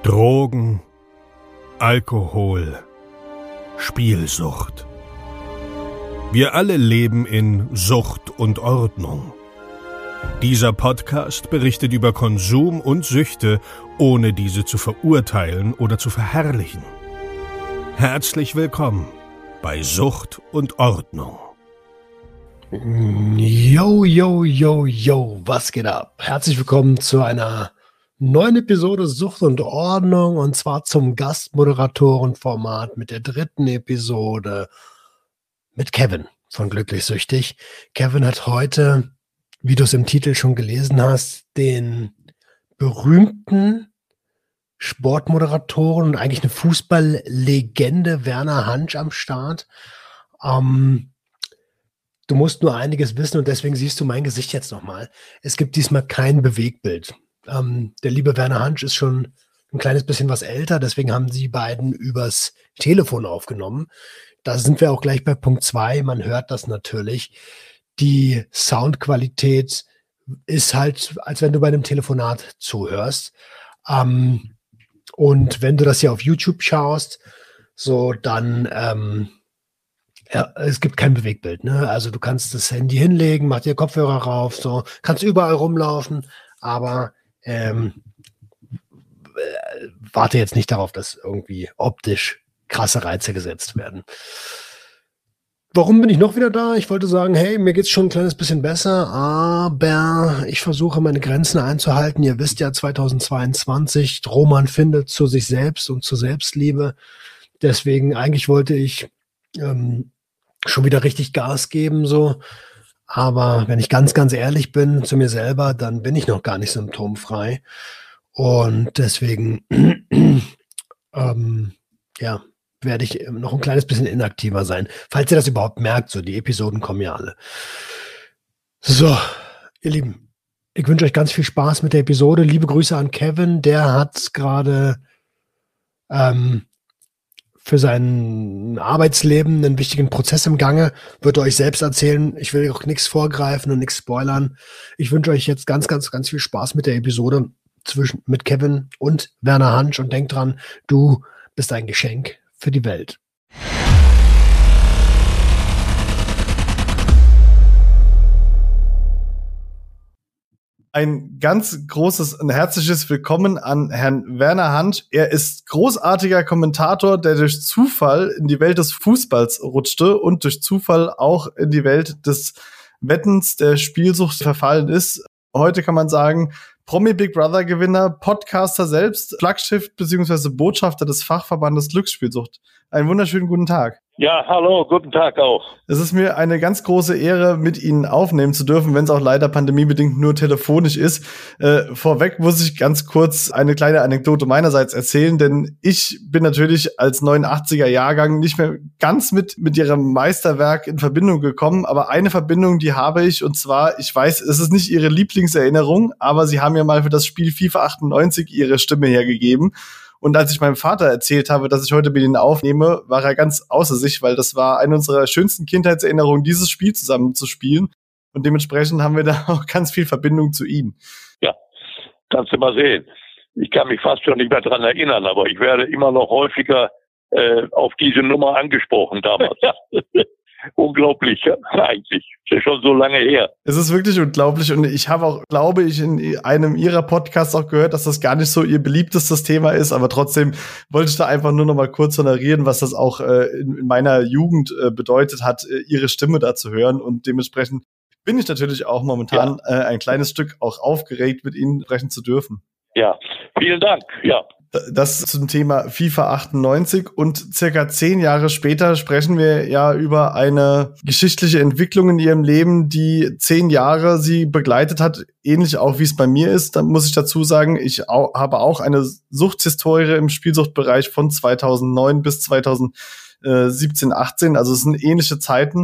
Drogen, Alkohol, Spielsucht. Wir alle leben in Sucht und Ordnung. Dieser Podcast berichtet über Konsum und Süchte, ohne diese zu verurteilen oder zu verherrlichen. Herzlich willkommen bei Sucht und Ordnung. Yo, yo, yo, yo, was geht ab? Herzlich willkommen zu einer neuen Episode Sucht und Ordnung, und zwar zum Gastmoderatorenformat mit der 3. Episode mit Kevin von Glücklich Süchtig. Kevin hat heute, wie du es im Titel schon gelesen hast, den berühmten Sportmoderatoren und eigentlich eine Fußballlegende Werner Hansch am Start. Du musst nur einiges wissen und deswegen siehst du mein Gesicht jetzt nochmal. Es gibt diesmal kein Bewegtbild. Der liebe Werner Hansch ist schon ein kleines bisschen was älter, deswegen haben sie beiden übers Telefon aufgenommen. Da sind wir auch gleich bei Punkt 2. Man hört das natürlich. Die Soundqualität ist halt, als wenn du bei einem Telefonat zuhörst. Und wenn du das hier auf YouTube schaust, so dann ja, es gibt kein Bewegtbild, ne? Also du kannst das Handy hinlegen, mach dir Kopfhörer rauf, so kannst überall rumlaufen, aber warte jetzt nicht darauf, dass irgendwie optisch krasse Reize gesetzt werden. Warum bin ich noch wieder da? Ich wollte sagen, hey, mir geht's schon ein kleines bisschen besser, aber ich versuche meine Grenzen einzuhalten. Ihr wisst ja, 2022, Roman findet zu sich selbst und zur Selbstliebe. Deswegen, eigentlich wollte ich schon wieder richtig Gas geben, so. Aber wenn ich ganz, ganz ehrlich bin zu mir selber, dann bin ich noch gar nicht symptomfrei. Und deswegen, ja, werde ich noch ein kleines bisschen inaktiver sein. Falls ihr das überhaupt merkt, so die Episoden kommen ja alle. So, ihr Lieben, ich wünsche euch ganz viel Spaß mit der Episode. Liebe Grüße an Kevin, der hat gerade für sein Arbeitsleben einen wichtigen Prozess im Gange, wird er euch selbst erzählen. Ich will auch nichts vorgreifen und nichts spoilern. Ich wünsche euch jetzt ganz, ganz, ganz viel Spaß mit der Episode mit Kevin und Werner Hansch, und denkt dran, du bist ein Geschenk für die Welt. Ein ganz großes und herzliches Willkommen an Herrn Werner Hansch. Er ist großartiger Kommentator, der durch Zufall in die Welt des Fußballs rutschte und durch Zufall auch in die Welt des Wettens, der Spielsucht verfallen ist. Heute kann man sagen, Promi Big Brother Gewinner, Podcaster selbst, Flaggschiff bzw. Botschafter des Fachverbandes Glücksspielsucht. Einen wunderschönen guten Tag. Ja, hallo, guten Tag auch. Es ist mir eine ganz große Ehre, mit Ihnen aufnehmen zu dürfen, wenn es auch leider pandemiebedingt nur telefonisch ist. Vorweg muss ich ganz kurz eine kleine Anekdote meinerseits erzählen, denn ich bin natürlich als 89er-Jahrgang nicht mehr ganz mit Ihrem Meisterwerk in Verbindung gekommen, aber eine Verbindung, die habe ich, und zwar, ich weiß, es ist nicht Ihre Lieblingserinnerung, aber Sie haben ja mal für das Spiel FIFA 98 Ihre Stimme hergegeben. Und als ich meinem Vater erzählt habe, dass ich heute mit Ihnen aufnehme, war er ganz außer sich, weil das war eine unserer schönsten Kindheitserinnerungen, dieses Spiel zusammen zu spielen. Und dementsprechend haben wir da auch ganz viel Verbindung zu Ihnen. Ja, kannst du mal sehen. Ich kann mich fast schon nicht mehr dran erinnern, aber ich werde immer noch häufiger auf diese Nummer angesprochen damals. Unglaublich, ja, eigentlich. Das ist schon so lange her. Es ist wirklich unglaublich, und ich habe auch, glaube ich, in einem Ihrer Podcasts auch gehört, dass das gar nicht so Ihr beliebtestes Thema ist, aber trotzdem wollte ich da einfach nur noch mal kurz honorieren, was das auch in meiner Jugend bedeutet hat, Ihre Stimme da zu hören, und dementsprechend bin ich natürlich auch momentan ein kleines Stück auch aufgeregt, mit Ihnen sprechen zu dürfen. Ja, vielen Dank, ja. Das zum Thema FIFA 98, und circa 10 Jahre später sprechen wir ja über eine geschichtliche Entwicklung in Ihrem Leben, die 10 Jahre Sie begleitet hat, ähnlich auch wie es bei mir ist. Da muss ich dazu sagen, ich habe auch eine Suchthistorie im Spielsuchtbereich von 2009 bis 2017, 18, also es sind ähnliche Zeiten.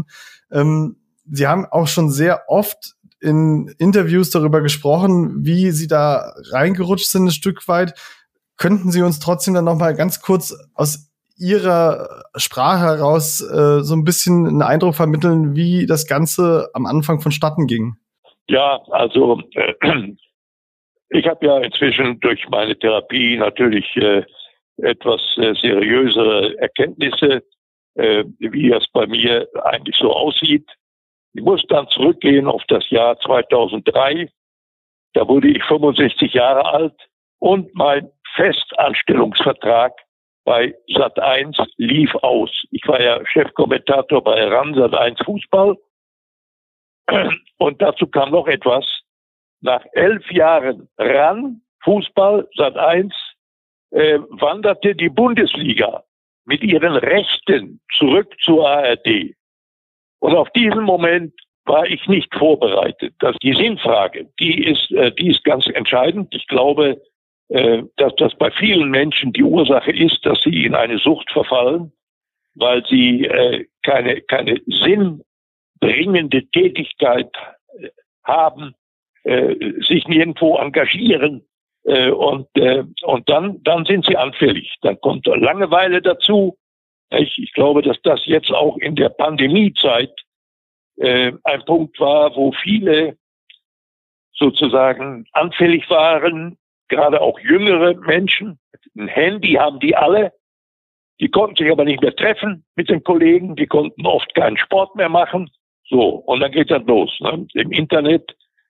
Sie haben auch schon sehr oft in Interviews darüber gesprochen, wie Sie da reingerutscht sind ein Stück weit. Könnten Sie uns trotzdem dann noch mal ganz kurz aus Ihrer Sprache heraus so ein bisschen einen Eindruck vermitteln, wie das Ganze am Anfang vonstatten ging? Ja, also Ich habe ja inzwischen durch meine Therapie natürlich etwas seriösere Erkenntnisse, wie es bei mir eigentlich so aussieht. Ich muss dann zurückgehen auf das Jahr 2003. Da wurde ich 65 Jahre alt und mein Festanstellungsvertrag bei Sat.1 lief aus. Ich war ja Chefkommentator bei RAN Sat.1 Fußball. Und dazu kam noch etwas. Nach 11 Jahren RAN Fußball Sat.1 wanderte die Bundesliga mit ihren Rechten zurück zur ARD. Und auf diesen Moment war ich nicht vorbereitet. Die Sinnfrage, die ist ganz entscheidend. Ich glaube, dass das bei vielen Menschen die Ursache ist, dass sie in eine Sucht verfallen, weil sie keine sinnbringende Tätigkeit haben, sich nirgendwo engagieren, und dann sind sie anfällig. Dann kommt Langeweile dazu. Ich glaube, dass das jetzt auch in der Pandemiezeit ein Punkt war, wo viele sozusagen anfällig waren, gerade auch jüngere Menschen. Ein Handy haben die alle. Die konnten sich aber nicht mehr treffen mit den Kollegen. Die konnten oft keinen Sport mehr machen. So, und dann geht das los. Ne? Im Internet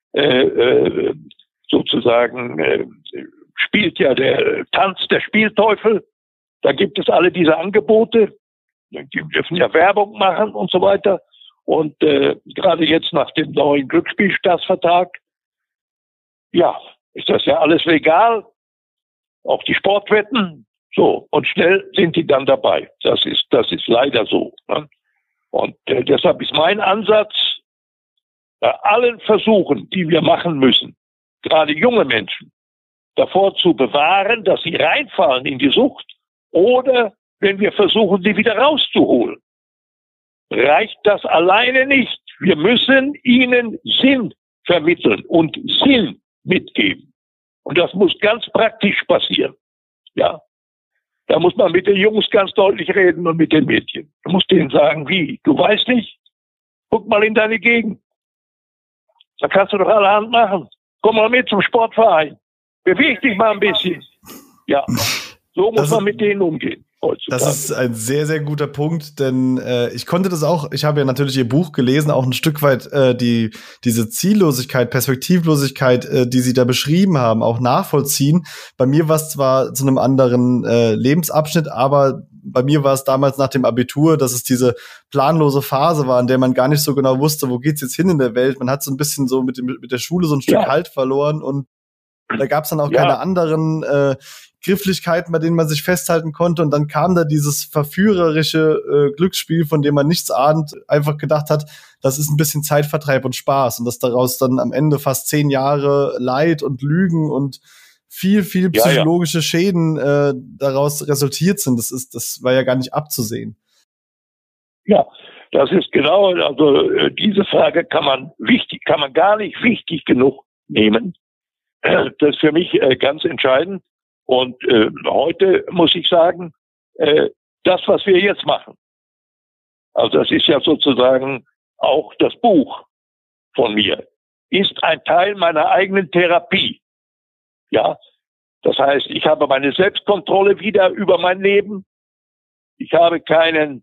spielt ja der Tanz der Spielteufel. Da gibt es alle diese Angebote. Die dürfen ja Werbung machen und so weiter. Und gerade jetzt nach dem neuen Glücksspielstaatsvertrag, ja, ist das ja alles legal. Auch die Sportwetten. So, und schnell sind die dann dabei. Das ist leider so. Ne? Und deshalb ist mein Ansatz, bei allen Versuchen, die wir machen müssen, gerade junge Menschen, davor zu bewahren, dass sie reinfallen in die Sucht, oder wenn wir versuchen, sie wieder rauszuholen, reicht das alleine nicht. Wir müssen ihnen Sinn vermitteln und Sinn mitgeben. Und das muss ganz praktisch passieren. Ja. Da muss man mit den Jungs ganz deutlich reden und mit den Mädchen. Du musst denen sagen, wie? Du weißt nicht? Guck mal in deine Gegend. Da kannst du doch allerhand machen. Komm mal mit zum Sportverein. Beweg dich mal ein bisschen. Ja, so muss man mit denen umgehen. Heutzutage. Das ist ein sehr, sehr guter Punkt, denn ich konnte das auch, ich habe ja natürlich Ihr Buch gelesen, auch ein Stück weit diese Ziellosigkeit, Perspektivlosigkeit, die Sie da beschrieben haben, auch nachvollziehen. Bei mir war es zwar zu einem anderen Lebensabschnitt, aber bei mir war es damals nach dem Abitur, dass es diese planlose Phase war, in der man gar nicht so genau wusste, wo geht's jetzt hin in der Welt. Man hat so ein bisschen so mit der Schule so ein Stück Halt verloren, und da gab es dann auch keine anderen Grifflichkeiten, bei denen man sich festhalten konnte. Und dann kam da dieses verführerische Glücksspiel, von dem man nichts ahnt, einfach gedacht hat, das ist ein bisschen Zeitvertreib und Spaß. Und dass daraus dann am Ende fast 10 Jahre Leid und Lügen und viel psychologische Schäden daraus resultiert sind. Das war ja gar nicht abzusehen. Ja, das ist genau, also diese Frage kann man gar nicht wichtig genug nehmen. Das ist für mich ganz entscheidend. Und heute muss ich sagen, das, was wir jetzt machen, also das ist ja sozusagen auch das Buch von mir, ist ein Teil meiner eigenen Therapie. Ja, das heißt, ich habe meine Selbstkontrolle wieder über mein Leben. Ich habe keinen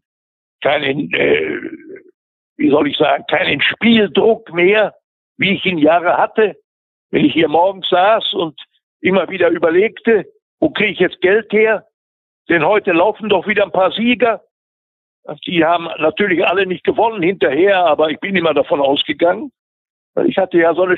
Spieldruck mehr, wie ich ihn Jahre hatte. Wenn ich hier morgens saß und immer wieder überlegte, wo kriege ich jetzt Geld her? Denn heute laufen doch wieder ein paar Sieger. Die haben natürlich alle nicht gewonnen hinterher, aber ich bin immer davon ausgegangen. Ich hatte ja so eine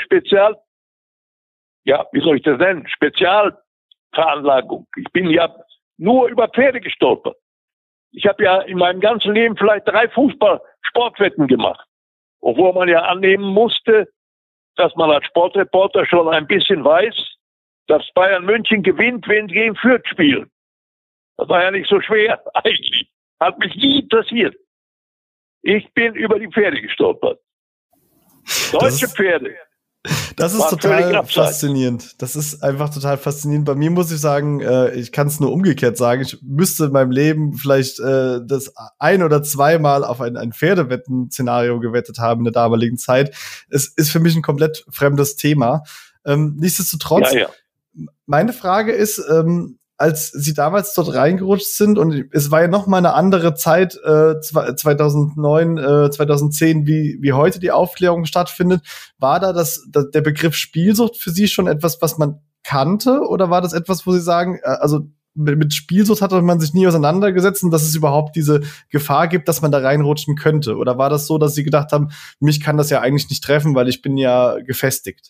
Spezialveranlagung. Ich bin ja nur über Pferde gestolpert. Ich habe ja in meinem ganzen Leben vielleicht 3 Fußball-Sportwetten gemacht. Obwohl man ja annehmen musste, dass man als Sportreporter schon ein bisschen weiß, dass Bayern München gewinnt, wenn sie gegen Fürth spielen. Das war ja nicht so schwer, eigentlich. Hat mich nie interessiert. Ich bin über die Pferde gestolpert. Deutsche Pferde. Das ist total faszinierend. Das ist einfach total faszinierend. Bei mir muss ich sagen, ich kann es nur umgekehrt sagen. Ich müsste in meinem Leben vielleicht das 1 oder 2 Mal auf ein Pferdewetten-Szenario gewettet haben in der damaligen Zeit. Es ist für mich ein komplett fremdes Thema. Nichtsdestotrotz, meine Frage ist, als Sie damals dort reingerutscht sind, und es war ja noch mal eine andere Zeit, 2009, 2010, wie heute die Aufklärung stattfindet, war da der Begriff Spielsucht für Sie schon etwas, was man kannte, oder war das etwas, wo Sie sagen, also mit Spielsucht hatte man sich nie auseinandergesetzt und dass es überhaupt diese Gefahr gibt, dass man da reinrutschen könnte? Oder war das so, dass Sie gedacht haben, mich kann das ja eigentlich nicht treffen, weil ich bin ja gefestigt?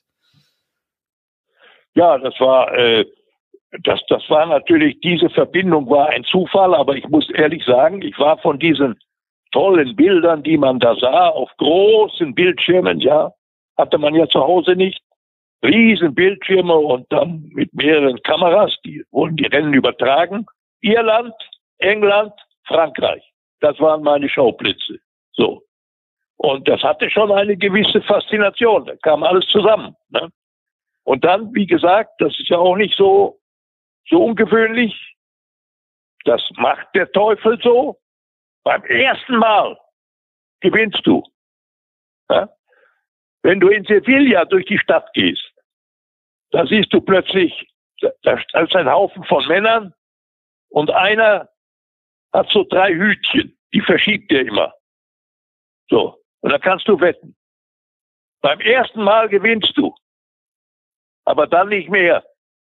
Ja, das war natürlich, diese Verbindung war ein Zufall, aber ich muss ehrlich sagen, ich war von diesen tollen Bildern, die man da sah, auf großen Bildschirmen, ja, hatte man ja zu Hause nicht, riesen Bildschirme und dann mit mehreren Kameras, die wurden die Rennen übertragen. Irland, England, Frankreich. Das waren meine Schauplätze. So. Und das hatte schon eine gewisse Faszination. Da kam alles zusammen, ne? Und dann, wie gesagt, das ist ja auch nicht so ungewöhnlich. Das macht der Teufel so. Beim ersten Mal gewinnst du. Ja? Wenn du in Sevilla durch die Stadt gehst, da siehst du plötzlich, da ist ein Haufen von Männern und einer hat so 3 Hütchen, die verschiebt er immer. So, und da kannst du wetten. Beim ersten Mal gewinnst du, aber dann nicht mehr.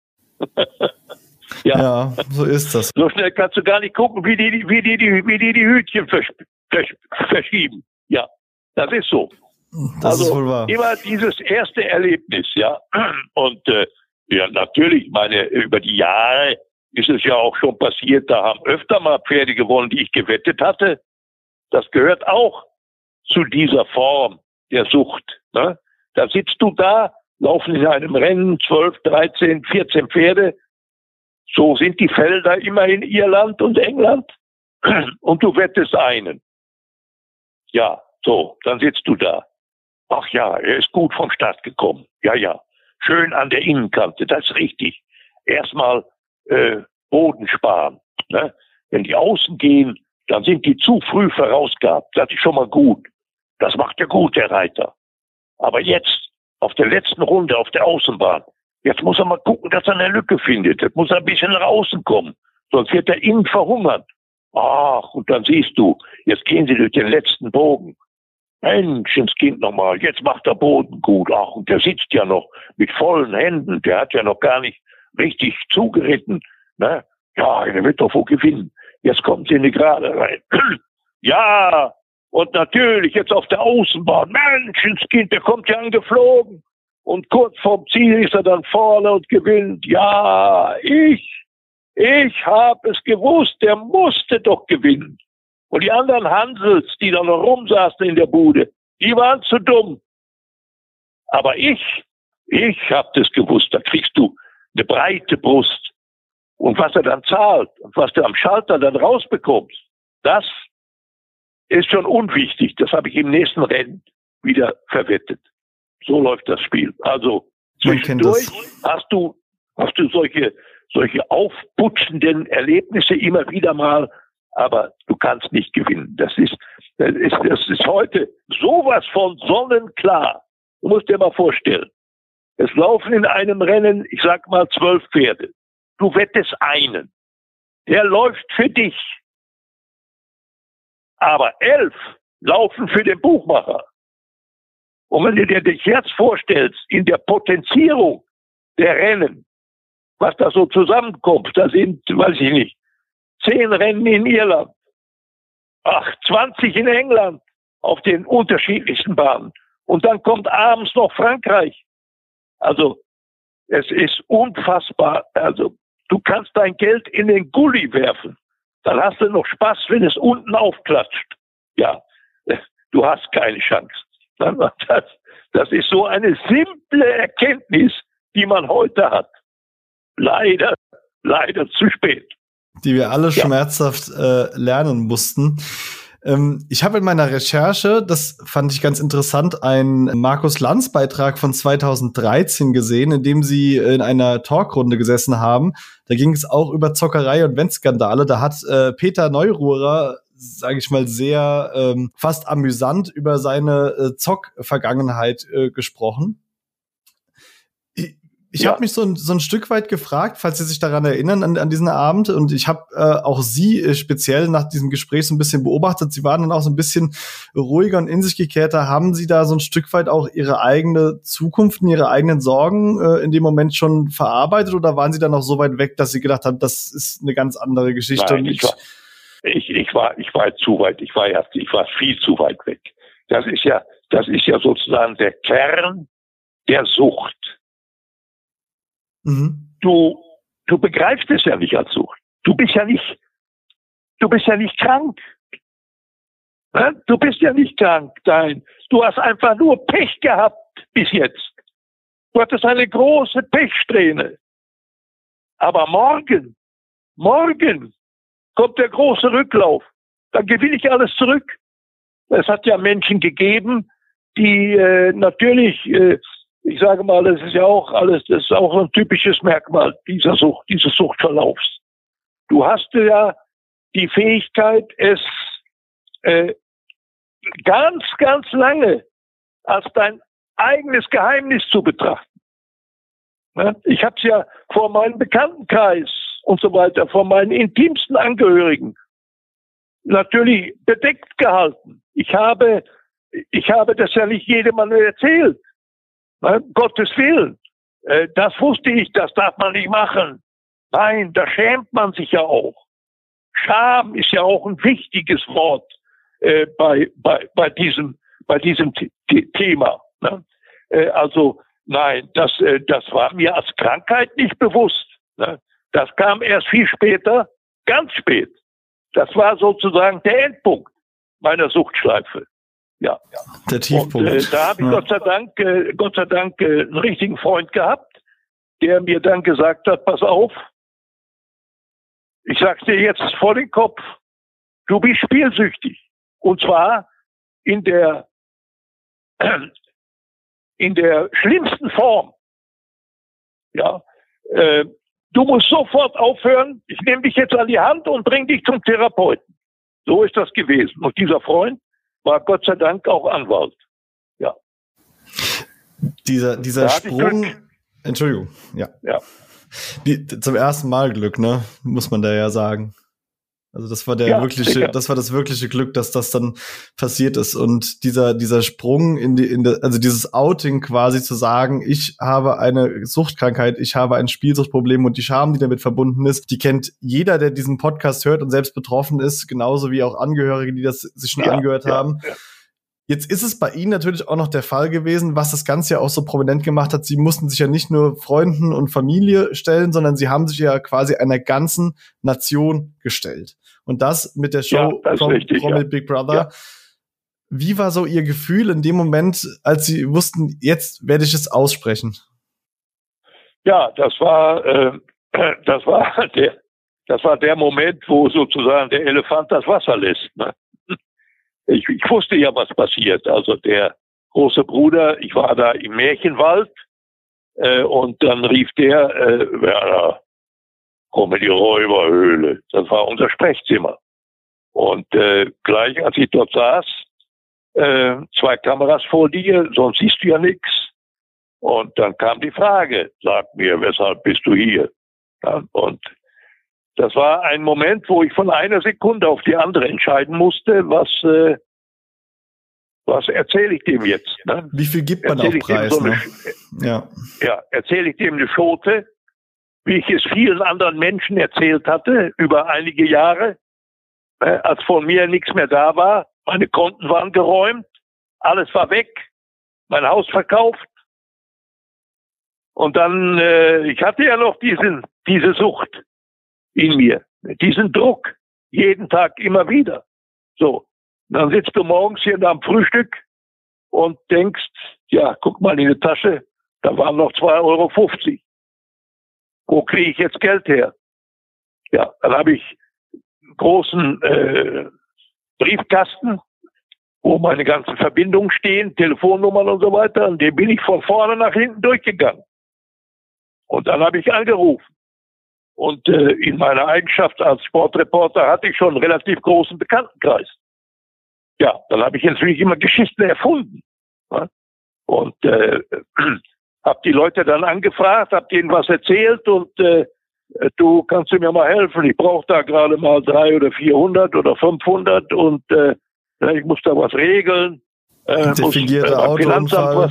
Ja, so ist das. So schnell kannst du gar nicht gucken, wie die Hütchen verschieben. Ja, das ist so. Das ist wohl wahr. Immer dieses erste Erlebnis, ja. Und ja, natürlich, über die Jahre ist es ja auch schon passiert, da haben öfter mal Pferde gewonnen, die ich gewettet hatte. Das gehört auch zu dieser Form der Sucht, ne? Da sitzt du da, laufen in einem Rennen 12, 13, 14 Pferde. So sind die Felder immer in Irland und England. Und du wettest einen. Ja, so, dann sitzt du da. Ach ja, er ist gut vom Start gekommen. Ja, ja. Schön an der Innenkante, das ist richtig. Erstmal Boden sparen, ne? Wenn die außen gehen, dann sind die zu früh vorausgehabt. Das ist schon mal gut. Das macht er gut, der Reiter. Aber jetzt, auf der letzten Runde, auf der Außenbahn, jetzt muss er mal gucken, dass er eine Lücke findet. Jetzt muss er ein bisschen nach außen kommen. Sonst wird er innen verhungern. Ach, und dann siehst du, jetzt gehen sie durch den letzten Bogen. Menschenskind nochmal, jetzt macht der Boden gut. Ach, und der sitzt ja noch mit vollen Händen. Der hat ja noch gar nicht richtig zugeritten. Ne? Ja, der wird doch wohl gewinnen. Jetzt kommt sie in die Gerade rein. Ja, und natürlich jetzt auf der Außenbahn. Menschenskind, der kommt ja angeflogen. Und kurz vorm Ziel ist er dann vorne und gewinnt. Ja, ich habe es gewusst, der musste doch gewinnen. Und die anderen Hansels, die da noch rumsaßen in der Bude, die waren zu dumm. Aber ich habe das gewusst. Da kriegst du eine breite Brust. Und was er dann zahlt und was du am Schalter dann rausbekommst, das ist schon unwichtig. Das habe ich im nächsten Rennen wieder verwettet. So läuft das Spiel. Also zwischendurch hast du solche aufputschenden Erlebnisse immer wieder mal, aber du kannst nicht gewinnen. Das ist heute sowas von sonnenklar. Du musst dir mal vorstellen, es laufen in einem Rennen, ich sag mal 12 Pferde. Du wettest einen. Der läuft für dich. Aber 11 laufen für den Buchmacher. Und wenn du dir das jetzt vorstellst, in der Potenzierung der Rennen, was da so zusammenkommt, da sind, weiß ich nicht, 10 Rennen in Irland, 20 in England auf den unterschiedlichsten Bahnen. Und dann kommt abends noch Frankreich. Also, es ist unfassbar. Also, du kannst dein Geld in den Gully werfen. Dann hast du noch Spaß, wenn es unten aufklatscht. Ja, du hast keine Chance. Das ist so eine simple Erkenntnis, die man heute hat. Leider zu spät. Die wir alle schmerzhaft lernen mussten. Ich habe in meiner Recherche, das fand ich ganz interessant, einen Markus Lanz Beitrag von 2013 gesehen, in dem sie in einer Talkrunde gesessen haben. Da ging es auch über Zockerei und Wettskandale. Da hat Peter Neururer, sage ich mal, sehr fast amüsant über seine Zock-Vergangenheit gesprochen. Ich habe mich so ein Stück weit gefragt, falls Sie sich daran erinnern, an diesen Abend. Und ich habe auch Sie speziell nach diesem Gespräch so ein bisschen beobachtet. Sie waren dann auch so ein bisschen ruhiger und in sich gekehrter. Haben Sie da so ein Stück weit auch Ihre eigene Zukunft und Ihre eigenen Sorgen in dem Moment schon verarbeitet? Oder waren Sie dann noch so weit weg, dass Sie gedacht haben, das ist eine ganz andere Geschichte? Nein, ich war zu weit. Ich war viel zu weit weg. Das ist ja sozusagen der Kern der Sucht. Mhm. Du begreifst es ja nicht als Sucht. Du bist ja nicht krank. Du bist ja nicht krank. Du hast einfach nur Pech gehabt bis jetzt. Du hattest eine große Pechsträhne. Aber morgen kommt der große Rücklauf. Dann gewinne ich alles zurück. Es hat ja Menschen gegeben, die natürlich, ich sage mal, das ist auch ein typisches Merkmal dieses Suchtverlaufs. Du hast ja die Fähigkeit, es ganz, ganz lange als dein eigenes Geheimnis zu betrachten. Ich habe es ja vor meinem Bekanntenkreis und so weiter, vor meinen intimsten Angehörigen natürlich bedeckt gehalten. Ich habe das ja nicht jedermann erzählt. Gottes Willen. Das wusste ich, das darf man nicht machen. Nein, da schämt man sich ja auch. Scham ist ja auch ein wichtiges Wort bei diesem Thema. Ne? Also nein, das war mir als Krankheit nicht bewusst. Ne? Das kam erst viel später, ganz spät. Das war sozusagen der Endpunkt meiner Suchtschleife. Ja. Der Tiefpunkt. Und da habe ich Gott sei Dank einen richtigen Freund gehabt, der mir dann gesagt hat, pass auf, ich sag's dir jetzt vor den Kopf, du bist spielsüchtig. Und zwar in der schlimmsten Form. Ja. Du musst sofort aufhören, ich nehme dich jetzt an die Hand und bring dich zum Therapeuten. So ist das gewesen. Und dieser Freund war Gott sei Dank auch Anwalt. Ja. Dieser Sprung, Entschuldigung, ja. Zum ersten Mal Glück, ne? Muss man da ja sagen. Also das war das wirkliche Glück, dass das dann passiert ist. Und dieser Sprung also dieses Outing quasi zu sagen, ich habe eine Suchtkrankheit, ich habe ein Spielsuchtproblem und die Scham, die damit verbunden ist, die kennt jeder, der diesen Podcast hört und selbst betroffen ist, genauso wie auch Angehörige, die das sich schon angehört haben. Ja. Jetzt ist es bei Ihnen natürlich auch noch der Fall gewesen, was das Ganze ja auch so prominent gemacht hat. Sie mussten sich ja nicht nur Freunden und Familie stellen, sondern Sie haben sich ja quasi einer ganzen Nation gestellt. Und das mit der Show mit Big Brother. Ja. Wie war so Ihr Gefühl in dem Moment, als Sie wussten, jetzt werde ich es aussprechen? Ja, das war der Moment, wo sozusagen der Elefant das Wasser lässt. Ne? Ich wusste ja, was passiert. Also der große Bruder, ich war da im Märchenwald und dann rief der, Werner, komm in die Räuberhöhle. Das war unser Sprechzimmer. Und gleich als ich dort saß, 2 Kameras vor dir, sonst siehst du ja nichts. Und dann kam die Frage, sag mir, weshalb bist du hier? Ja, und das war ein Moment, wo ich von einer Sekunde auf die andere entscheiden musste, was erzähle ich dem jetzt? Ne? Wie viel gibt man auf Preis? Ja, erzähle ich dem eine Schote, wie ich es vielen anderen Menschen erzählt hatte, über einige Jahre, als von mir nichts mehr da war. Meine Konten waren geräumt, alles war weg, mein Haus verkauft. Und dann, ich hatte ja noch diese Sucht in mir, diesen Druck, jeden Tag immer wieder. So, dann sitzt du morgens hier am Frühstück und denkst, ja, guck mal in die Tasche, da waren noch 2,50 €. Wo kriege ich jetzt Geld her? Ja, dann habe ich einen großen Briefkasten, wo meine ganzen Verbindungen stehen, Telefonnummern und so weiter, und den bin ich von vorne nach hinten durchgegangen. Und dann habe ich angerufen. Und in meiner Eigenschaft als Sportreporter hatte ich schon einen relativ großen Bekanntenkreis. Ja, dann habe ich natürlich immer Geschichten erfunden. Ja? Und Hab die Leute dann angefragt, hab denen was erzählt und du, kannst du mir mal helfen? Ich brauche da gerade mal 300 oder 400 oder 500 und ich muss da was regeln. Definierte Autounfall.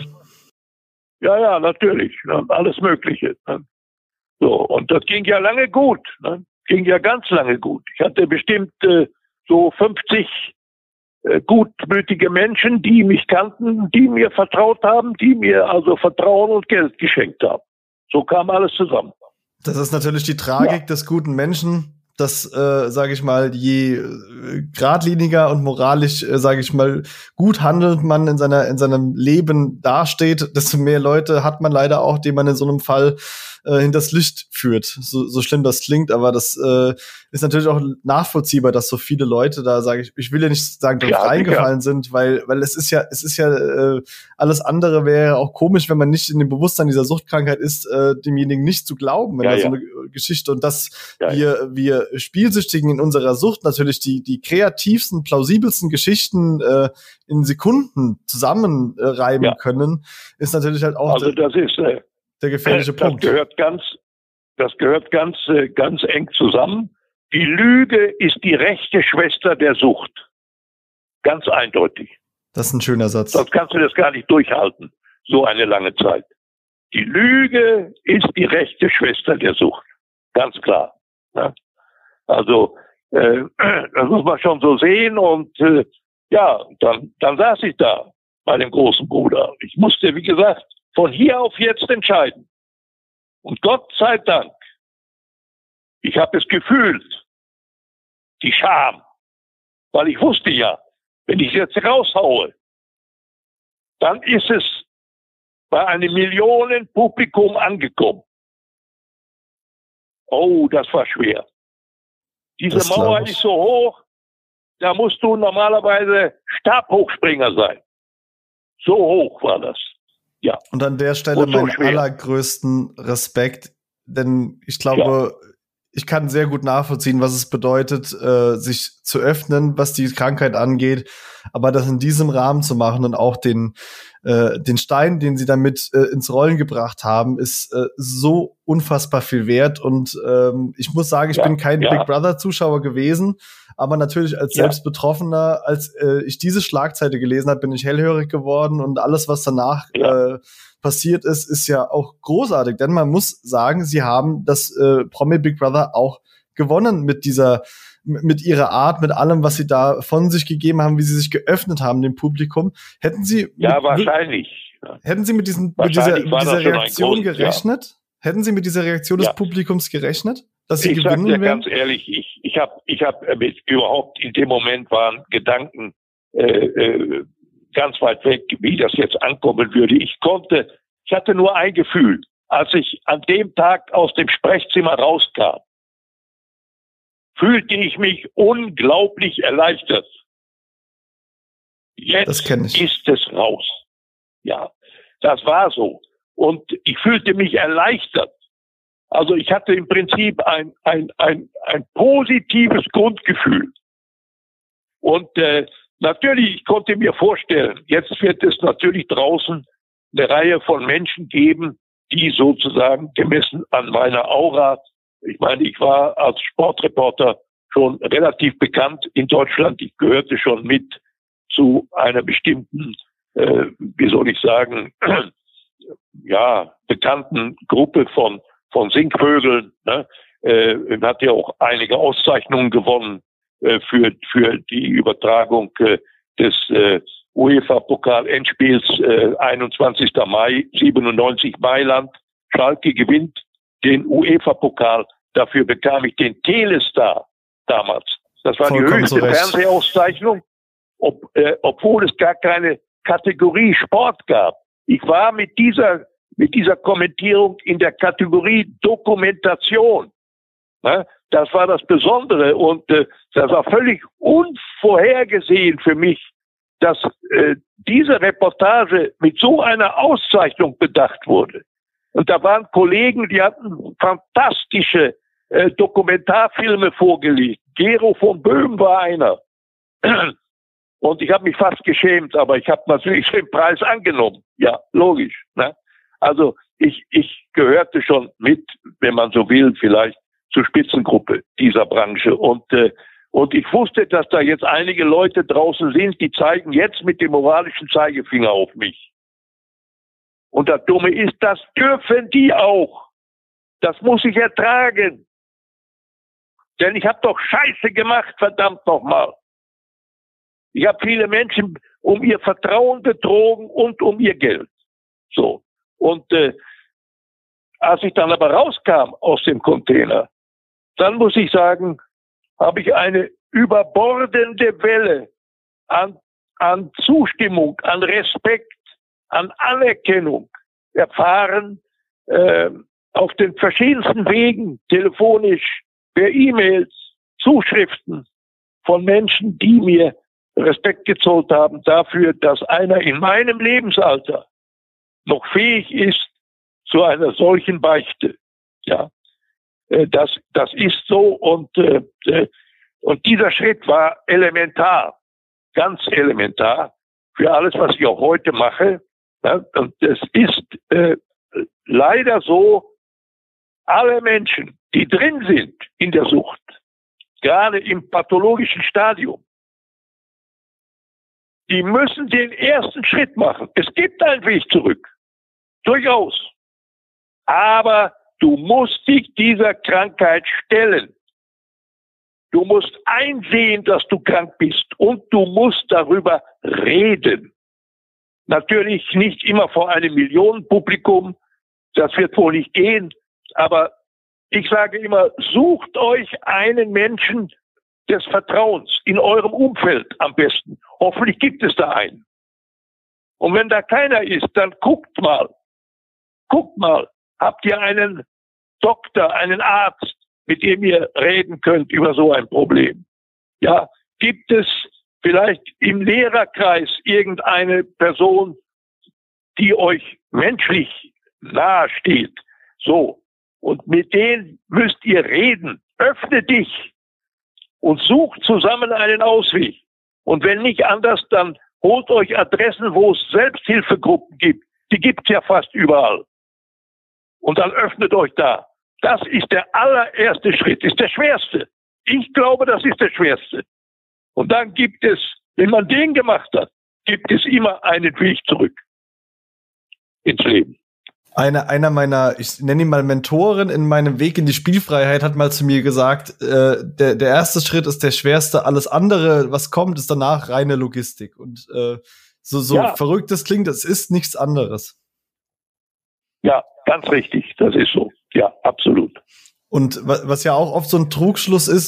Ja, natürlich. Ne? Alles Mögliche. Ne? So, und das ging ja lange gut. Ne? Ging ja ganz lange gut. Ich hatte bestimmt so 50 gutmütige Menschen, die mich kannten, die mir vertraut haben, die mir also Vertrauen und Geld geschenkt haben. So kam alles zusammen. Das ist natürlich die Tragik des guten Menschen, dass, sage ich mal, je geradliniger und moralisch, sage ich mal, gut handelnd man in seinem Leben dasteht, desto mehr Leute hat man leider auch, die man in so einem Fall hinters Licht führt. So schlimm das klingt, aber das ist natürlich auch nachvollziehbar, dass so viele Leute da, sage ich will ja nicht sagen, drauf reingefallen sind, weil es ist ja alles andere wäre auch komisch, wenn man nicht in dem Bewusstsein dieser Suchtkrankheit ist, demjenigen nicht zu glauben, wenn so eine Geschichte und dass wir Spielsüchtigen in unserer Sucht natürlich die kreativsten, plausibelsten Geschichten in Sekunden zusammenreiben können, ist natürlich halt auch der gefährliche Punkt. Das gehört ganz eng zusammen. Die Lüge ist die rechte Schwester der Sucht. Ganz eindeutig. Das ist ein schöner Satz. Sonst kannst du das gar nicht durchhalten, so eine lange Zeit. Die Lüge ist die rechte Schwester der Sucht. Ganz klar. Ne? Also, das muss man schon so sehen und dann saß ich da bei dem großen Bruder. Ich musste, wie gesagt, von hier auf jetzt entscheiden. Und Gott sei Dank, ich habe es gefühlt, die Scham, weil ich wusste ja, wenn ich jetzt raushaue, dann ist es bei einem Millionenpublikum angekommen. Oh, das war schwer. Diese Mauer ist so hoch, da musst du normalerweise Stabhochspringer sein. So hoch war das. Ja. Und an der Stelle meinen allergrößten Respekt, denn ich glaube, ich kann sehr gut nachvollziehen, was es bedeutet, sich zu öffnen, was die Krankheit angeht, aber das in diesem Rahmen zu machen und auch den Stein, den sie damit ins Rollen gebracht haben, ist so unfassbar viel wert und ich muss sagen, ich bin kein Big Brother Zuschauer gewesen, aber natürlich als selbst Betroffener, als ich diese Schlagzeile gelesen habe, bin ich hellhörig geworden und alles, was danach passiert ist ja auch großartig, denn man muss sagen, sie haben das Promi Big Brother auch gewonnen mit ihrer Art, mit allem, was sie da von sich gegeben haben, wie sie sich geöffnet haben dem Publikum. Hätten sie wahrscheinlich. Hätten sie mit dieser Reaktion gerechnet? Ja. Hätten sie mit dieser Reaktion des Publikums gerechnet, dass sie gewinnen werden? Ganz ehrlich, ich hab überhaupt in dem Moment waren Gedanken ganz weit weg, wie das jetzt ankommen würde. Ich hatte nur ein Gefühl, als ich an dem Tag aus dem Sprechzimmer rauskam, fühlte ich mich unglaublich erleichtert. Jetzt ist es raus. Ja, das war so. Und ich fühlte mich erleichtert. Also ich hatte im Prinzip ein positives Grundgefühl. Und natürlich, ich konnte mir vorstellen, jetzt wird es natürlich draußen eine Reihe von Menschen geben, die sozusagen gemessen an meiner Aura, ich meine, ich war als Sportreporter schon relativ bekannt in Deutschland. Ich gehörte schon mit zu einer bestimmten, wie soll ich sagen, bekannten Gruppe von Singvögeln. Ne? Hat ja auch einige Auszeichnungen gewonnen für die Übertragung des UEFA-Pokal-Endspiels 21. Mai 97 Mailand. Schalke gewinnt den UEFA-Pokal. Dafür bekam ich den Telestar damals. Das war die höchste Fernsehauszeichnung, obwohl es gar keine Kategorie Sport gab. Ich war mit dieser Kommentierung in der Kategorie Dokumentation. Das war das Besondere und das war völlig unvorhergesehen für mich, dass diese Reportage mit so einer Auszeichnung bedacht wurde. Und da waren Kollegen, die hatten fantastische Dokumentarfilme vorgelegt. Gero von Böhm war einer. Und ich habe mich fast geschämt, aber ich habe natürlich den Preis angenommen. Ja, logisch. Ne? Also ich gehörte schon mit, wenn man so will, vielleicht zur Spitzengruppe dieser Branche. Und ich wusste, dass da jetzt einige Leute draußen sind, die zeigen jetzt mit dem moralischen Zeigefinger auf mich. Und das Dumme ist, das dürfen die auch. Das muss ich ertragen. Denn ich habe doch Scheiße gemacht, verdammt nochmal. Ich habe viele Menschen um ihr Vertrauen betrogen und um ihr Geld. So. Und als ich dann aber rauskam aus dem Container, dann muss ich sagen, habe ich eine überbordende Welle an Zustimmung, an Respekt, an Anerkennung erfahren, auf den verschiedensten Wegen, telefonisch, per E-Mails, Zuschriften von Menschen, die mir Respekt gezollt haben dafür, dass einer in meinem Lebensalter noch fähig ist zu einer solchen Beichte. Ja, das ist so und dieser Schritt war elementar, ganz elementar für alles, was ich auch heute mache. Ja, und es ist leider so, alle Menschen, die drin sind in der Sucht, gerade im pathologischen Stadium, die müssen den ersten Schritt machen. Es gibt einen Weg zurück. Durchaus. Aber du musst dich dieser Krankheit stellen. Du musst einsehen, dass du krank bist und du musst darüber reden. Natürlich nicht immer vor einem Millionenpublikum. Das wird wohl nicht gehen. Aber ich sage immer, sucht euch einen Menschen des Vertrauens in eurem Umfeld am besten. Hoffentlich gibt es da einen. Und wenn da keiner ist, dann guckt mal. Guckt mal, habt ihr einen Doktor, einen Arzt, mit dem ihr reden könnt über so ein Problem? Ja, gibt es vielleicht im Lehrerkreis irgendeine Person, die euch menschlich nahe steht? So. Und mit denen müsst ihr reden. Öffne dich und sucht zusammen einen Ausweg. Und wenn nicht anders, dann holt euch Adressen, wo es Selbsthilfegruppen gibt. Die gibt es ja fast überall. Und dann öffnet euch da. Das ist der allererste Schritt, ist der schwerste. Ich glaube, das ist der schwerste. Und dann gibt es, wenn man den gemacht hat, gibt es immer einen Weg zurück ins Leben. Einer meiner, ich nenne ihn mal Mentoren in meinem Weg in die Spielfreiheit, hat mal zu mir gesagt, der erste Schritt ist der schwerste, alles andere, was kommt, ist danach reine Logistik. Und so ja. Verrückt es klingt, es ist nichts anderes. Ja, ganz richtig, das ist so. Ja, absolut. Und was ja auch oft so ein Trugschluss ist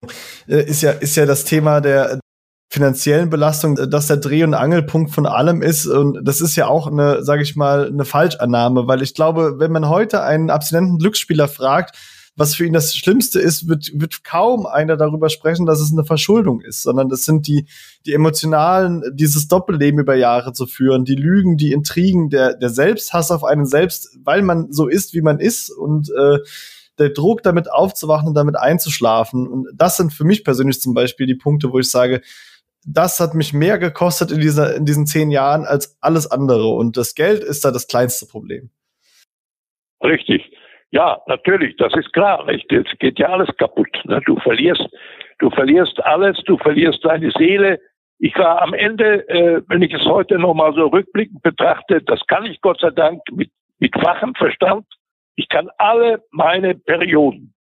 ja das Thema der finanziellen Belastung, dass der Dreh- und Angelpunkt von allem ist. Und das ist ja auch eine, sage ich mal, eine Falschannahme, weil ich glaube, wenn man heute einen abstinenten Glücksspieler fragt, was für ihn das Schlimmste ist, wird kaum einer darüber sprechen, dass es eine Verschuldung ist, sondern das sind die emotionalen, dieses Doppelleben über Jahre zu führen, die Lügen, die Intrigen, der Selbsthass auf einen selbst, weil man so ist, wie man ist und der Druck, damit aufzuwachen und damit einzuschlafen. Und das sind für mich persönlich zum Beispiel die Punkte, wo ich sage, das hat mich mehr gekostet in diesen 10 Jahren als alles andere. Und das Geld ist da das kleinste Problem. Richtig. Ja, natürlich, das ist klar. Es geht ja alles kaputt. Ne? Du verlierst alles, du verlierst deine Seele. Ich war am Ende, wenn ich es heute nochmal so rückblickend betrachte, das kann ich Gott sei Dank mit wachem Verstand. Ich kann alle meine Perioden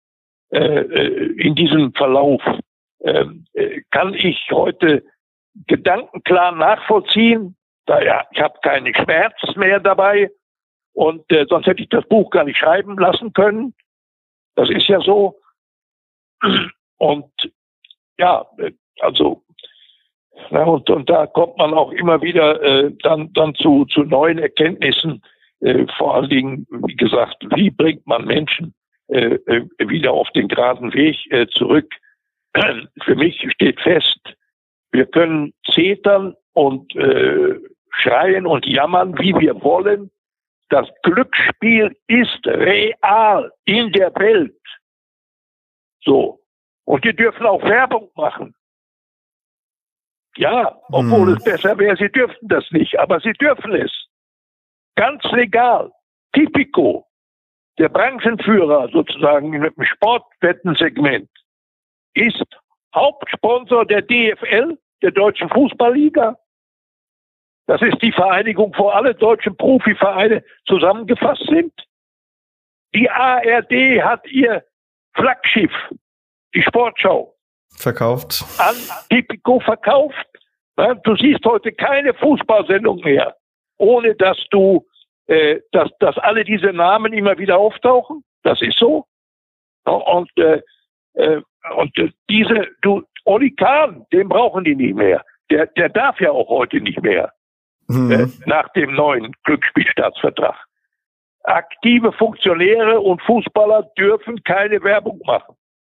in diesem Verlauf kann ich heute gedankenklar nachvollziehen. Daher, ich habe keinen Schmerz mehr dabei und sonst hätte ich das Buch gar nicht schreiben lassen können. Das ist ja so. Und ja, also und da kommt man auch immer wieder dann zu neuen Erkenntnissen. Vor allen Dingen, wie gesagt, wie bringt man Menschen wieder auf den geraden Weg zurück? Für mich steht fest, wir können zetern und schreien und jammern, wie wir wollen. Das Glücksspiel ist real in der Welt. So. Und die dürfen auch Werbung machen. Ja, obwohl es besser wäre, sie dürften das nicht, aber sie dürfen es. Ganz legal. Tipico, der Branchenführer sozusagen im Sportwettensegment, ist Hauptsponsor der DFL, der Deutschen Fußballliga. Das ist die Vereinigung, wo alle deutschen Profivereine zusammengefasst sind. Die ARD hat ihr Flaggschiff, die Sportschau, verkauft. An Tipico verkauft. Du siehst heute keine Fußballsendung mehr, ohne dass dass alle diese Namen immer wieder auftauchen. Das ist so. Und Oli Kahn, den brauchen die nicht mehr. Der darf ja auch heute nicht mehr. Nach dem neuen Glücksspielstaatsvertrag. Aktive Funktionäre und Fußballer dürfen keine Werbung machen.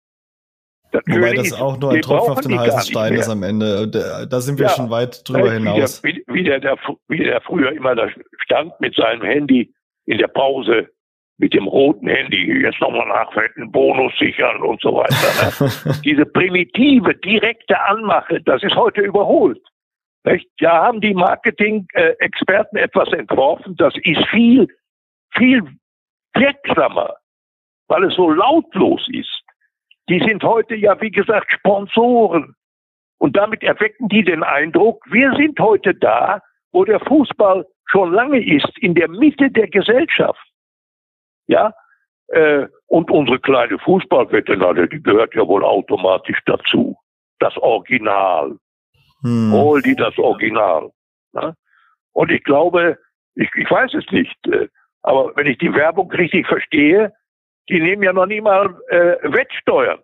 Wobei das auch nur ein Tropfen auf den heißen Stein ist am Ende. Da sind wir schon weit drüber hinaus. Wie der früher immer da stand mit seinem Handy in der Pause, mit dem roten Handy, jetzt nochmal nachwetten, Bonus sichern und so weiter. Ne? Diese primitive, direkte Anmache, das ist heute überholt. Nicht? Ja, haben die Marketing-Experten etwas entworfen, das ist viel, viel wirksamer, weil es so lautlos ist. Die sind heute ja, wie gesagt, Sponsoren. Und damit erwecken die den Eindruck, wir sind heute da, wo der Fußball schon lange ist, in der Mitte der Gesellschaft. Ja, und unsere kleine Fußballwette, die gehört ja wohl automatisch dazu. Das Original. Hol die das Original. Ne? Und ich glaube, ich weiß es nicht, aber wenn ich die Werbung richtig verstehe, die nehmen ja noch nie mal Wettsteuern.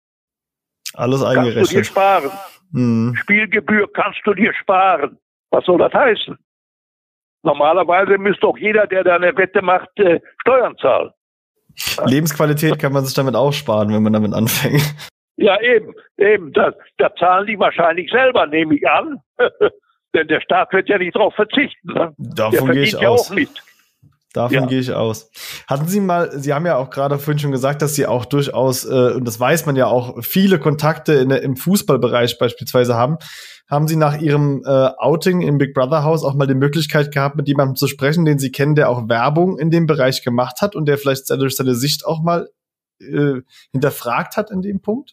Alles eingerechnet. Kannst du dir sparen. Spielgebühr kannst du dir sparen. Was soll das heißen? Normalerweise müsste doch jeder, der da eine Wette macht, Steuern zahlen. Lebensqualität kann man sich damit auch sparen, wenn man damit anfängt. Ja, eben. Da zahlen die wahrscheinlich selber, nehme ich an. Denn der Staat wird ja nicht darauf verzichten. Ne? Davon gehe ich aus. Ja auch mit. Davon gehe ich aus. Sie haben ja auch gerade vorhin schon gesagt, dass Sie auch durchaus, und das weiß man ja auch, viele Kontakte im Fußballbereich beispielsweise haben. Haben Sie nach Ihrem Outing im Big Brother Haus auch mal die Möglichkeit gehabt, mit jemandem zu sprechen, den Sie kennen, der auch Werbung in dem Bereich gemacht hat und der vielleicht durch seine Sicht auch mal hinterfragt hat in dem Punkt?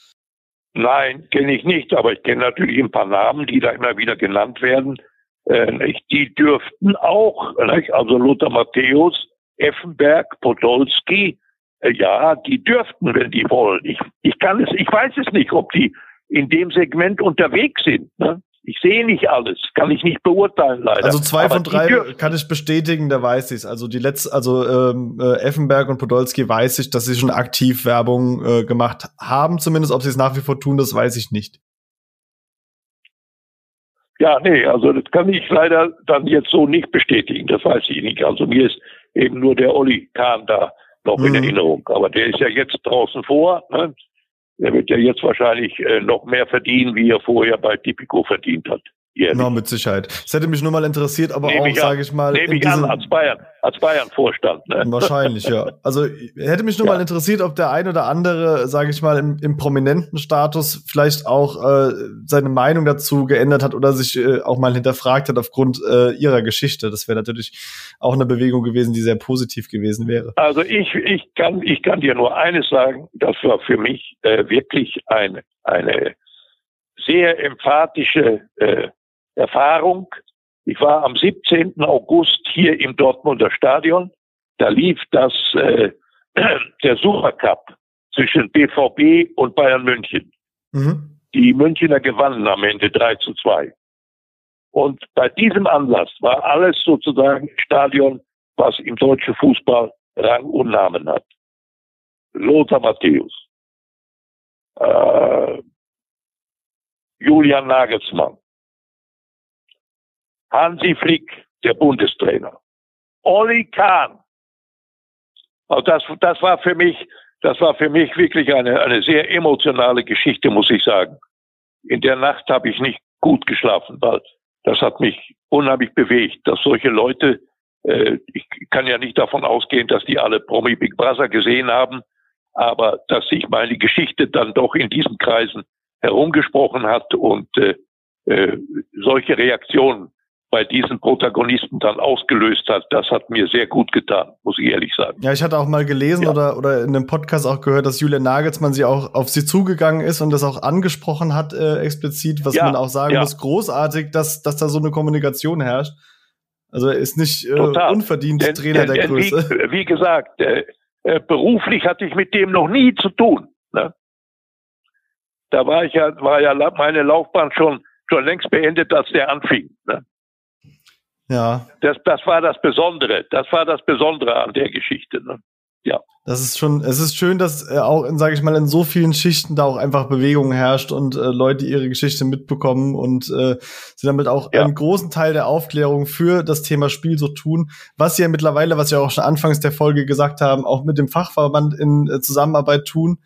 Nein, kenne ich nicht, aber ich kenne natürlich ein paar Namen, die da immer wieder genannt werden. Die dürften auch, also Lothar Matthäus, Effenberg, Podolski, die dürften, wenn die wollen. Ich weiß es nicht, ob die in dem Segment unterwegs sind. Ne? Ich sehe nicht alles, kann ich nicht beurteilen leider. Also 2 von 3 kann ich bestätigen, da weiß ich es. Also Effenberg und Podolski weiß ich, dass sie schon aktiv Werbung gemacht haben. Zumindest, ob sie es nach wie vor tun, das weiß ich nicht. Ja, nee, also das kann ich leider dann jetzt so nicht bestätigen, das weiß ich nicht. Also mir ist eben nur der Oli Kahn da noch in Erinnerung. Aber der ist ja jetzt draußen vor, ne? Der wird ja jetzt wahrscheinlich noch mehr verdienen, wie er vorher bei Tipico verdient hat. Na, mit Sicherheit. Es hätte mich nur mal interessiert, aber auch, sage ich mal... Nehme ich an, als Bayern-Vorstand. Ne? Wahrscheinlich, ja. Also hätte mich nur mal interessiert, ob der ein oder andere, sage ich mal, im prominenten Status vielleicht auch seine Meinung dazu geändert hat oder sich auch mal hinterfragt hat aufgrund ihrer Geschichte. Das wäre natürlich auch eine Bewegung gewesen, die sehr positiv gewesen wäre. Also ich kann dir nur eines sagen, das war für mich wirklich eine sehr emphatische Erfahrung. Ich war am 17. August hier im Dortmunder Stadion. Da lief der Supercup zwischen BVB und Bayern München. Die Münchner gewannen am Ende 3:2. Und bei diesem Anlass war alles sozusagen Stadion, was im deutschen Fußball Rang und Namen hat. Lothar Matthäus, Julian Nagelsmann, Hansi Flick, der Bundestrainer, Oli Kahn. Also das war für mich wirklich eine sehr emotionale Geschichte, muss ich sagen. In der Nacht habe ich nicht gut geschlafen, weil das hat mich unheimlich bewegt, dass solche Leute, ich kann ja nicht davon ausgehen, dass die alle Promi Big Brother gesehen haben, aber dass sich meine Geschichte dann doch in diesen Kreisen herumgesprochen hat und solche Reaktionen bei diesen Protagonisten dann ausgelöst hat, das hat mir sehr gut getan, muss ich ehrlich sagen. Ja, ich hatte auch mal gelesen oder in einem Podcast auch gehört, dass Julian Nagelsmann sie auch auf sie zugegangen ist und das auch angesprochen hat, explizit, was man auch sagen muss, großartig, dass da so eine Kommunikation herrscht. Also er ist nicht unverdient Trainer der Größe. Wie gesagt, beruflich hatte ich mit dem noch nie zu tun. Ne? Da war ja meine Laufbahn schon längst beendet, als der anfing. Ne? Ja. Das war das Besondere. Das war das Besondere an der Geschichte. Ne? Ja. Es ist schön, dass auch, sage ich mal, in so vielen Schichten da auch einfach Bewegung herrscht und Leute ihre Geschichte mitbekommen und sie damit auch einen großen Teil der Aufklärung für das Thema Spiel so tun, was sie ja mittlerweile, was wir auch schon anfangs der Folge gesagt haben, auch mit dem Fachverband in Zusammenarbeit tun.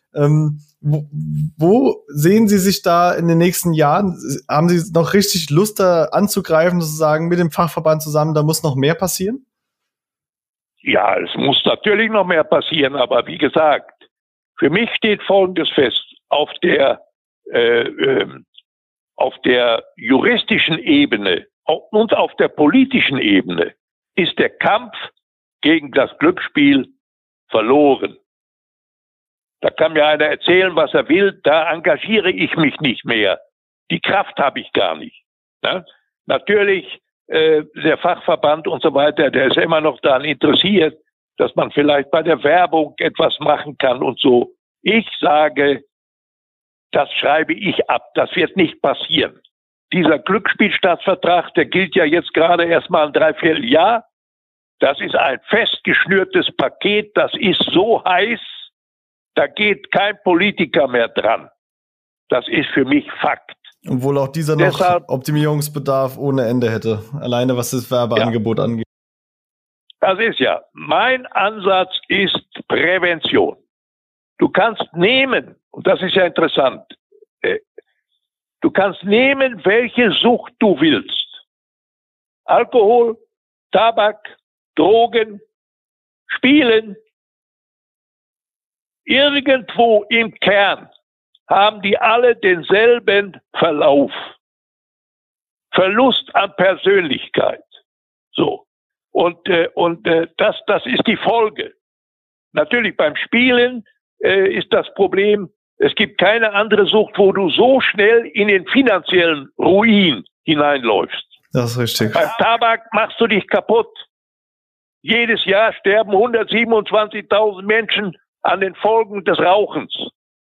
Wo sehen Sie sich da in den nächsten Jahren? Haben Sie noch richtig Lust, da anzugreifen, sozusagen mit dem Fachverband zusammen? Da muss noch mehr passieren? Ja, es muss natürlich noch mehr passieren, aber wie gesagt, für mich steht Folgendes fest. Auf der juristischen Ebene und auf der politischen Ebene ist der Kampf gegen das Glücksspiel verloren. Da kann mir einer erzählen, was er will, da engagiere ich mich nicht mehr. Die Kraft habe ich gar nicht. Ne? Natürlich, der Fachverband und so weiter, der ist immer noch daran interessiert, dass man vielleicht bei der Werbung etwas machen kann und so. Ich sage, das schreibe ich ab. Das wird nicht passieren. Dieser Glücksspielstaatsvertrag, der gilt ja jetzt gerade erstmal ein Dreivierteljahr. Das ist ein festgeschnürtes Paket. Das ist so heiß, da geht kein Politiker mehr dran. Das ist für mich Fakt. Obwohl auch dieser noch Optimierungsbedarf ohne Ende hätte. Alleine was das Werbeangebot angeht. Das ist ja. Mein Ansatz ist Prävention. Du kannst nehmen, und das ist ja interessant, du kannst nehmen, welche Sucht du willst. Alkohol, Tabak, Drogen, Spielen. Irgendwo im Kern haben die alle denselben Verlauf. Verlust an Persönlichkeit. So. Und das ist die Folge. Natürlich beim Spielen ist das Problem, es gibt keine andere Sucht, wo du so schnell in den finanziellen Ruin hineinläufst. Das ist richtig. Beim Tabak machst du dich kaputt. Jedes Jahr sterben 127.000 Menschen an den Folgen des Rauchens.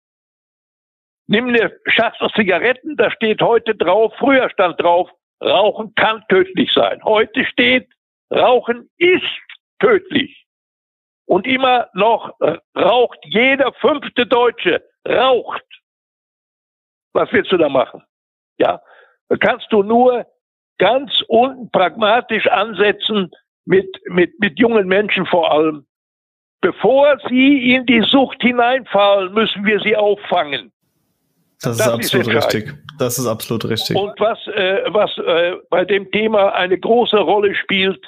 Nimm eine Schachtel Zigaretten, da steht heute drauf, früher stand drauf, Rauchen kann tödlich sein. Heute steht, Rauchen ist tödlich. Und immer noch raucht jeder 5. Deutsche, raucht. Was willst du da machen? Ja, da kannst du nur ganz unten pragmatisch ansetzen mit jungen Menschen vor allem. Bevor sie in die Sucht hineinfallen, müssen wir sie auffangen. Das ist absolut richtig. Das ist absolut richtig. Und was bei dem Thema eine große Rolle spielt,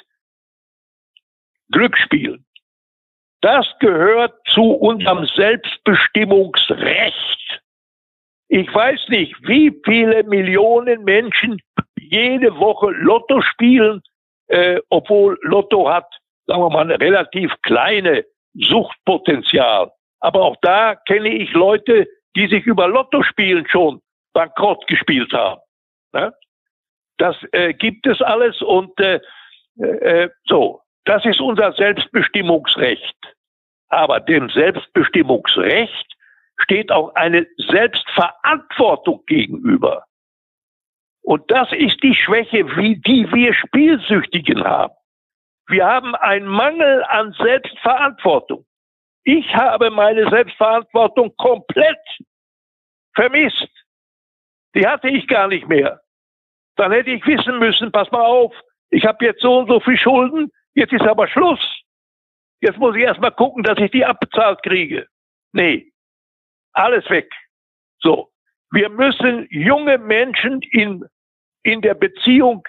Glücksspiel. Das gehört zu unserem Selbstbestimmungsrecht. Ich weiß nicht, wie viele Millionen Menschen jede Woche Lotto spielen, obwohl Lotto hat, sagen wir mal, eine relativ kleine Suchtpotenzial. Aber auch da kenne ich Leute, die sich über Lottospielen schon bankrott gespielt haben. Ne? Das gibt es alles und so. Das ist unser Selbstbestimmungsrecht. Aber dem Selbstbestimmungsrecht steht auch eine Selbstverantwortung gegenüber. Und das ist die Schwäche, die wir Spielsüchtigen haben. Wir haben einen Mangel an Selbstverantwortung. Ich habe meine Selbstverantwortung komplett vermisst. Die hatte ich gar nicht mehr. Dann hätte ich wissen müssen, pass mal auf, ich habe jetzt so und so viel Schulden, jetzt ist aber Schluss. Jetzt muss ich erst mal gucken, dass ich die abbezahlt kriege. Nee, alles weg. So, wir müssen junge Menschen in der Beziehung,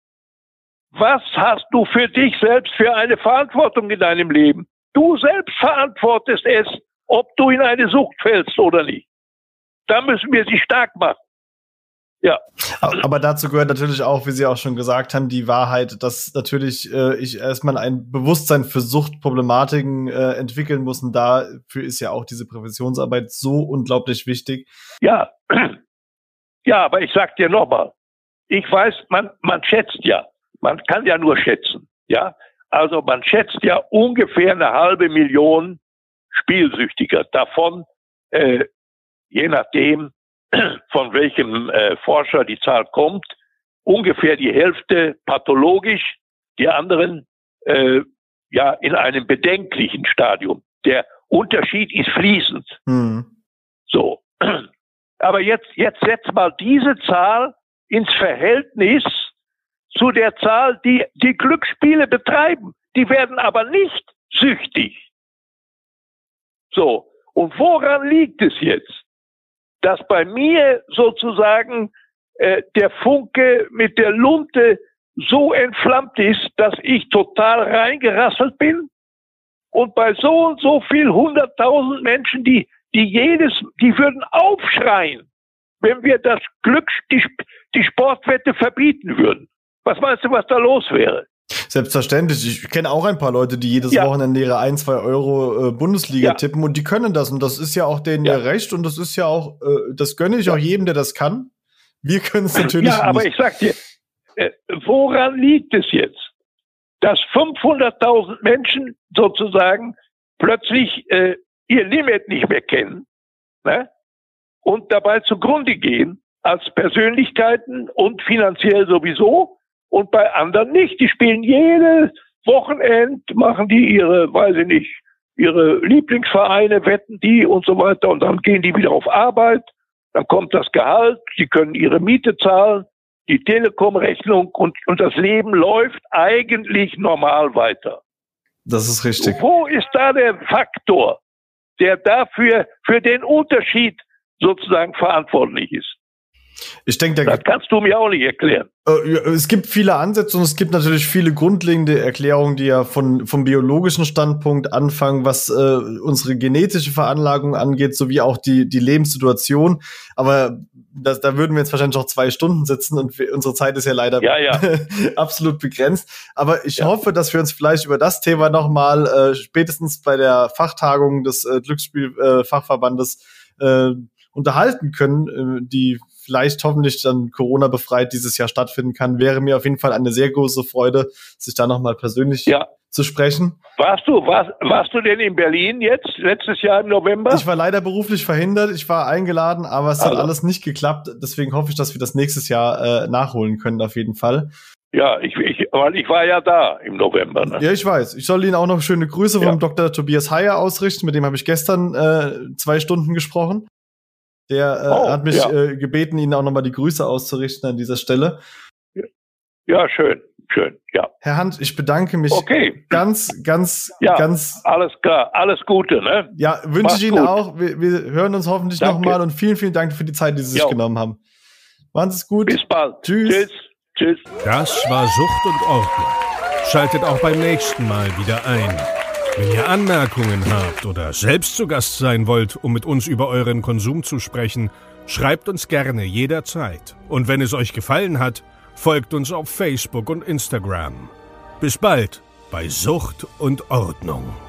was hast du für dich selbst für eine Verantwortung in deinem Leben? Du selbst verantwortest es, ob du in eine Sucht fällst oder nicht. Da müssen wir sie stark machen. Ja. Aber dazu gehört natürlich auch, wie Sie auch schon gesagt haben, die Wahrheit, dass natürlich ich erstmal ein Bewusstsein für Suchtproblematiken entwickeln muss. Und dafür ist ja auch diese Präventionsarbeit so unglaublich wichtig. Ja, ja, aber ich sag dir nochmal, ich weiß, man schätzt ja, man kann ja nur schätzen, ja. Also man schätzt ja ungefähr 500.000 Spielsüchtiger. Davon, je nachdem, von welchem Forscher die Zahl kommt, ungefähr die Hälfte pathologisch, die anderen ja in einem bedenklichen Stadium. Der Unterschied ist fließend. So. Aber jetzt setz mal diese Zahl ins Verhältnis zu der Zahl, die Glücksspiele betreiben. Die werden aber nicht süchtig. So. Und woran liegt es jetzt? Dass bei mir sozusagen der Funke mit der Lunte so entflammt ist, dass ich total reingerasselt bin. Und bei so und so viel 100.000 Menschen, die würden aufschreien, wenn wir das Glück, die Sportwette verbieten würden. Was meinst du, was da los wäre? Selbstverständlich. Ich kenne auch ein paar Leute, die jedes Wochenende ihre 1-2 Euro Bundesliga tippen und die können das. Und das ist ja auch denen ihr Recht und das ist ja auch, das gönne ich auch jedem, der das kann. Wir können es natürlich nicht. Ja, aber ich sag dir, woran liegt es jetzt, dass 500.000 Menschen sozusagen plötzlich ihr Limit nicht mehr kennen, ne? Und dabei zugrunde gehen als Persönlichkeiten und finanziell sowieso und bei anderen nicht. Die spielen jedes Wochenende, machen die ihre, weiß ich nicht, ihre Lieblingsvereine, wetten die und so weiter und dann gehen die wieder auf Arbeit, dann kommt das Gehalt, sie können ihre Miete zahlen, die Telekom-Rechnung und das Leben läuft eigentlich normal weiter. Das ist richtig. Wo ist da der Faktor, der dafür für den Unterschied sozusagen verantwortlich ist? Ich denke, das kannst du mir auch nicht erklären. Es gibt viele Ansätze und es gibt natürlich viele grundlegende Erklärungen, die ja vom biologischen Standpunkt anfangen, was unsere genetische Veranlagung angeht, sowie auch die Lebenssituation. Aber da würden wir jetzt wahrscheinlich auch 2 Stunden sitzen und unsere Zeit ist ja leider absolut begrenzt. Aber ich hoffe, dass wir uns vielleicht über das Thema nochmal spätestens bei der Fachtagung des Glücksspielfachverbandes unterhalten können, die vielleicht hoffentlich dann Corona-befreit dieses Jahr stattfinden kann. Wäre mir auf jeden Fall eine sehr große Freude, sich da nochmal persönlich zu sprechen. Warst du denn in Berlin jetzt, letztes Jahr im November? Ich war leider beruflich verhindert. Ich war eingeladen, aber es hat alles nicht geklappt. Deswegen hoffe ich, dass wir das nächstes Jahr nachholen können, auf jeden Fall. Ja, weil ich war ja da im November. Ne? Ja, ich weiß. Ich soll Ihnen auch noch schöne Grüße vom Dr. Tobias Heyer ausrichten. Mit dem habe ich gestern 2 Stunden gesprochen. Der hat mich gebeten, Ihnen auch nochmal die Grüße auszurichten an dieser Stelle. Ja, schön, ja. Herr Hand, ich bedanke mich ganz. Alles klar, alles Gute, ne? Ja, wünsche ich Ihnen auch. Wir hören uns hoffentlich nochmal und vielen, vielen Dank für die Zeit, die Sie sich genommen haben. Machen Sie es gut. Bis bald. Tschüss. Das war Sucht und Ordnung. Schaltet auch beim nächsten Mal wieder ein. Wenn ihr Anmerkungen habt oder selbst zu Gast sein wollt, um mit uns über euren Konsum zu sprechen, schreibt uns gerne jederzeit. Und wenn es euch gefallen hat, folgt uns auf Facebook und Instagram. Bis bald bei Sucht und Ordnung.